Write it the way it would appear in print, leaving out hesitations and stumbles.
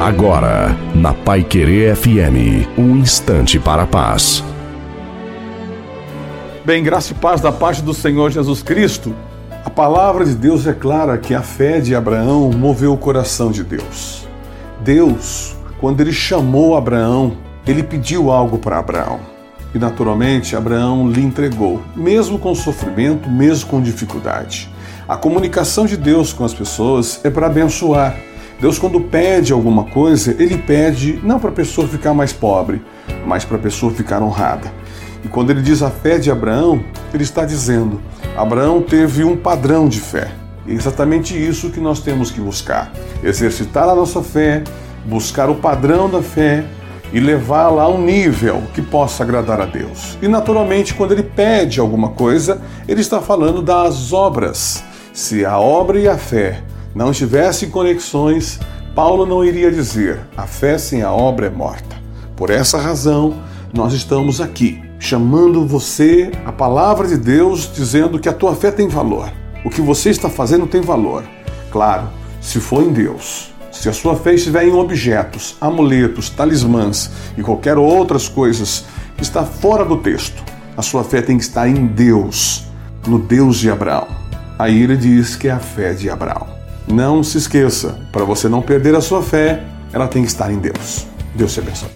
Agora, na Paiquerê FM, um instante para a paz. Bem, graça e paz da parte do Senhor Jesus Cristo. A palavra de Deus declara que a fé de Abraão moveu o coração de Deus. Deus, quando ele chamou Abraão, ele pediu algo para Abraão. E naturalmente Abraão lhe entregou, mesmo com sofrimento, mesmo com dificuldade. A comunicação de Deus com as pessoas é para abençoar. Deus, quando pede alguma coisa, ele pede não para a pessoa ficar mais pobre, mas para a pessoa ficar honrada. E quando ele diz a fé de Abraão, ele está dizendo, Abraão teve um padrão de fé. E é exatamente isso que nós temos que buscar. Exercitar a nossa fé, buscar o padrão da fé e levá-la a um nível que possa agradar a Deus. E naturalmente, quando ele pede alguma coisa, ele está falando das obras. Se a obra e a fé não tivessem conexões, Paulo não iria dizer, a fé sem a obra é morta. Por essa razão, nós estamos aqui, chamando você, a palavra de Deus, dizendo que a tua fé tem valor. O que você está fazendo tem valor. Claro, se for em Deus. Se a sua fé estiver em objetos, amuletos, talismãs e qualquer outras coisas que está fora do texto, a sua fé tem que estar em Deus, no Deus de Abraão. Aí ele diz que é a fé de Abraão. Não se esqueça, para você não perder a sua fé, ela tem que estar em Deus. Deus te abençoe.